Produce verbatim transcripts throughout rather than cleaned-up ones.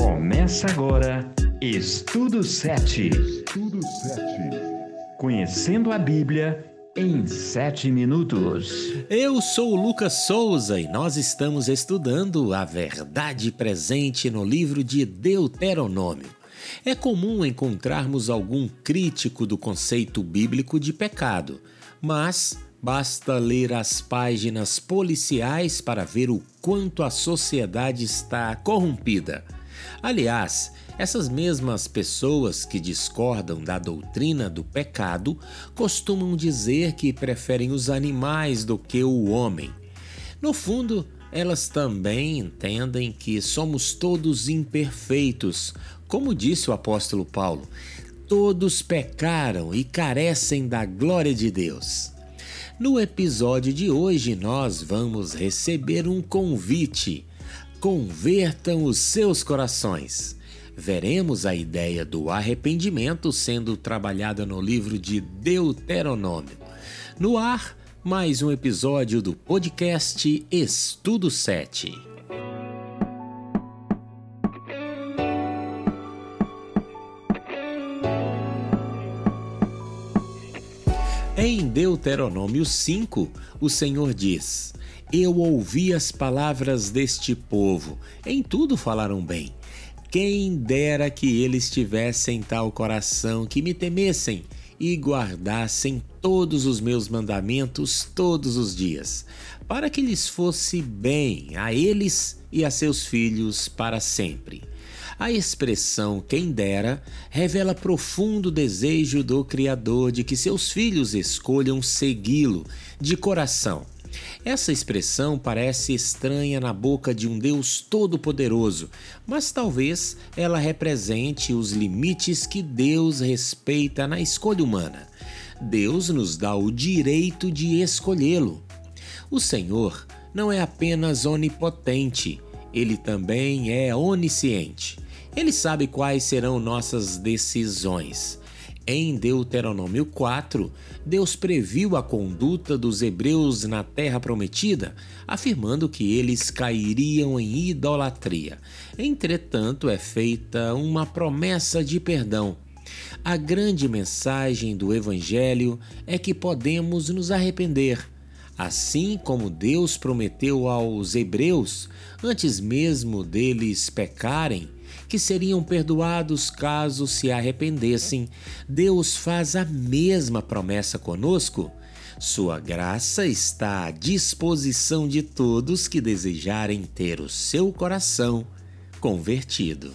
Começa agora Estudo sete. Estudo sete. Conhecendo a Bíblia em sete minutos. Eu sou o Lucas Souza e nós estamos estudando a verdade presente no livro de Deuteronômio. É comum encontrarmos algum crítico do conceito bíblico de pecado, mas basta ler as páginas policiais para ver o quanto a sociedade está corrompida. Aliás, essas mesmas pessoas que discordam da doutrina do pecado costumam dizer que preferem os animais do que o homem. No fundo, elas também entendem que somos todos imperfeitos, como disse o apóstolo Paulo. Todos pecaram e carecem da glória de Deus. No episódio de hoje, nós vamos receber um convite. Convertam os seus corações. Veremos a ideia do arrependimento sendo trabalhada no livro de Deuteronômio. No ar, mais um episódio do podcast Estudo sete. Em Deuteronômio cinco, o Senhor diz: Eu ouvi as palavras deste povo, em tudo falaram bem. Quem dera que eles tivessem tal coração, que me temessem e guardassem todos os meus mandamentos todos os dias, para que lhes fosse bem a eles e a seus filhos para sempre. A expressão quem dera revela profundo desejo do Criador de que seus filhos escolham segui-lo de coração. Essa expressão parece estranha na boca de um Deus todo-poderoso, mas talvez ela represente os limites que Deus respeita na escolha humana. Deus nos dá o direito de escolhê-lo. O Senhor não é apenas onipotente, Ele também é onisciente. Ele sabe quais serão nossas decisões. Em Deuteronômio quatro, Deus previu a conduta dos hebreus na terra prometida, afirmando que eles cairiam em idolatria. Entretanto, é feita uma promessa de perdão. A grande mensagem do Evangelho é que podemos nos arrepender. Assim como Deus prometeu aos hebreus, antes mesmo deles pecarem, que seriam perdoados caso se arrependessem, Deus faz a mesma promessa conosco. Sua graça está à disposição de todos que desejarem ter o seu coração convertido.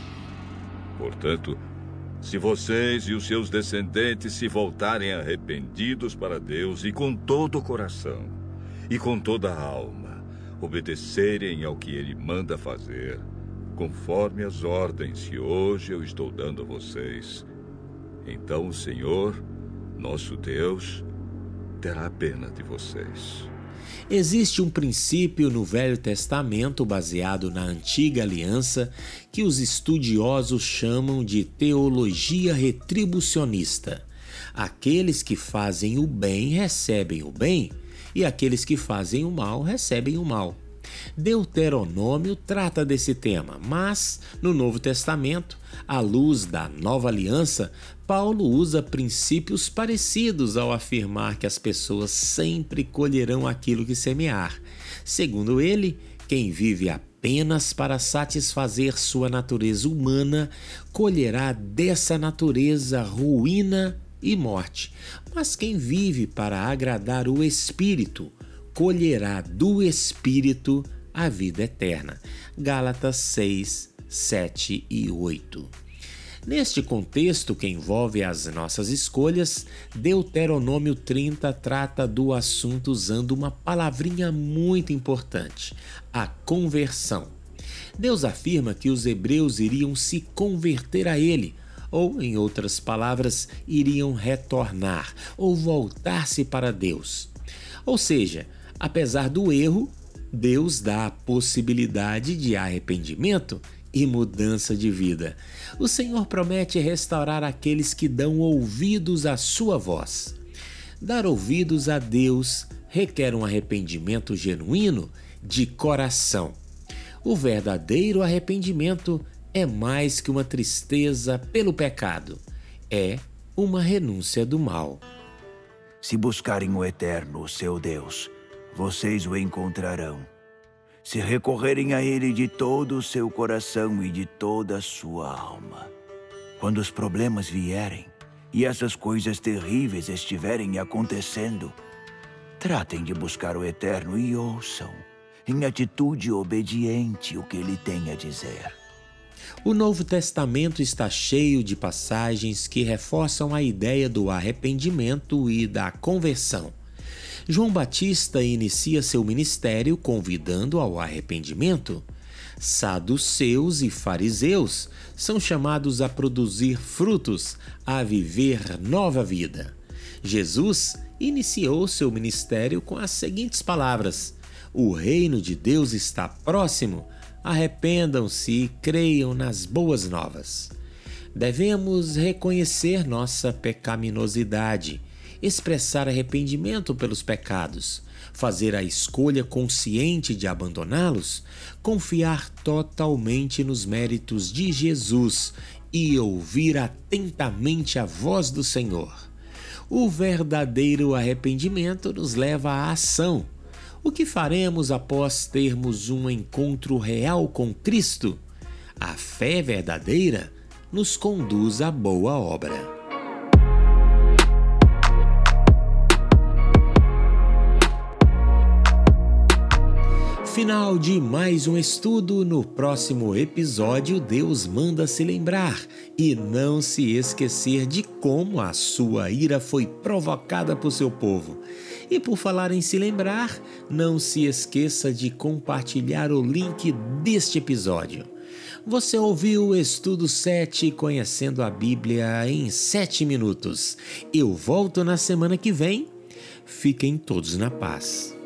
Portanto, se vocês e os seus descendentes se voltarem arrependidos para Deus e com todo o coração e com toda a alma, obedecerem ao que Ele manda fazer, conforme as ordens que hoje eu estou dando a vocês, então o Senhor, nosso Deus, terá pena de vocês. Existe um princípio no Velho Testamento baseado na Antiga Aliança que os estudiosos chamam de teologia retribucionista. Aqueles que fazem o bem recebem o bem e aqueles que fazem o mal recebem o mal. Deuteronômio trata desse tema, mas no Novo Testamento, à luz da Nova Aliança, Paulo usa princípios parecidos ao afirmar que as pessoas sempre colherão aquilo que semear. Segundo ele, quem vive apenas para satisfazer sua natureza humana colherá dessa natureza ruína e morte, mas quem vive para agradar o Espírito colherá do Espírito a vida eterna. Gálatas seis, sete e oito. Neste contexto que envolve as nossas escolhas, Deuteronômio trinta trata do assunto usando uma palavrinha muito importante: a conversão. Deus afirma que os hebreus iriam se converter a Ele, ou, em outras palavras, iriam retornar ou voltar-se para Deus. Ou seja, apesar do erro, Deus dá a possibilidade de arrependimento e mudança de vida. O Senhor promete restaurar aqueles que dão ouvidos à sua voz. Dar ouvidos a Deus requer um arrependimento genuíno de coração. O verdadeiro arrependimento é mais que uma tristeza pelo pecado, é uma renúncia do mal. Se buscarem o Eterno, seu Deus, vocês o encontrarão. Se recorrerem a Ele de todo o seu coração e de toda a sua alma. Quando os problemas vierem e essas coisas terríveis estiverem acontecendo, tratem de buscar o Eterno e ouçam, em atitude obediente, o que Ele tem a dizer. O Novo Testamento está cheio de passagens que reforçam a ideia do arrependimento e da conversão. João Batista inicia seu ministério convidando ao arrependimento. Saduceus e fariseus são chamados a produzir frutos, a viver nova vida. Jesus iniciou seu ministério com as seguintes palavras: o reino de Deus está próximo, arrependam-se e creiam nas boas novas. Devemos reconhecer nossa pecaminosidade, expressar arrependimento pelos pecados, fazer a escolha consciente de abandoná-los, confiar totalmente nos méritos de Jesus e ouvir atentamente a voz do Senhor. O verdadeiro arrependimento nos leva à ação. O que faremos após termos um encontro real com Cristo? A fé verdadeira nos conduz à boa obra. Final de mais um estudo. No próximo episódio, Deus manda se lembrar e não se esquecer de como a sua ira foi provocada por seu povo. E por falar em se lembrar, não se esqueça de compartilhar o link deste episódio. Você ouviu o Estudo sete, Conhecendo a Bíblia em sete minutos. Eu volto na semana que vem. Fiquem todos na paz.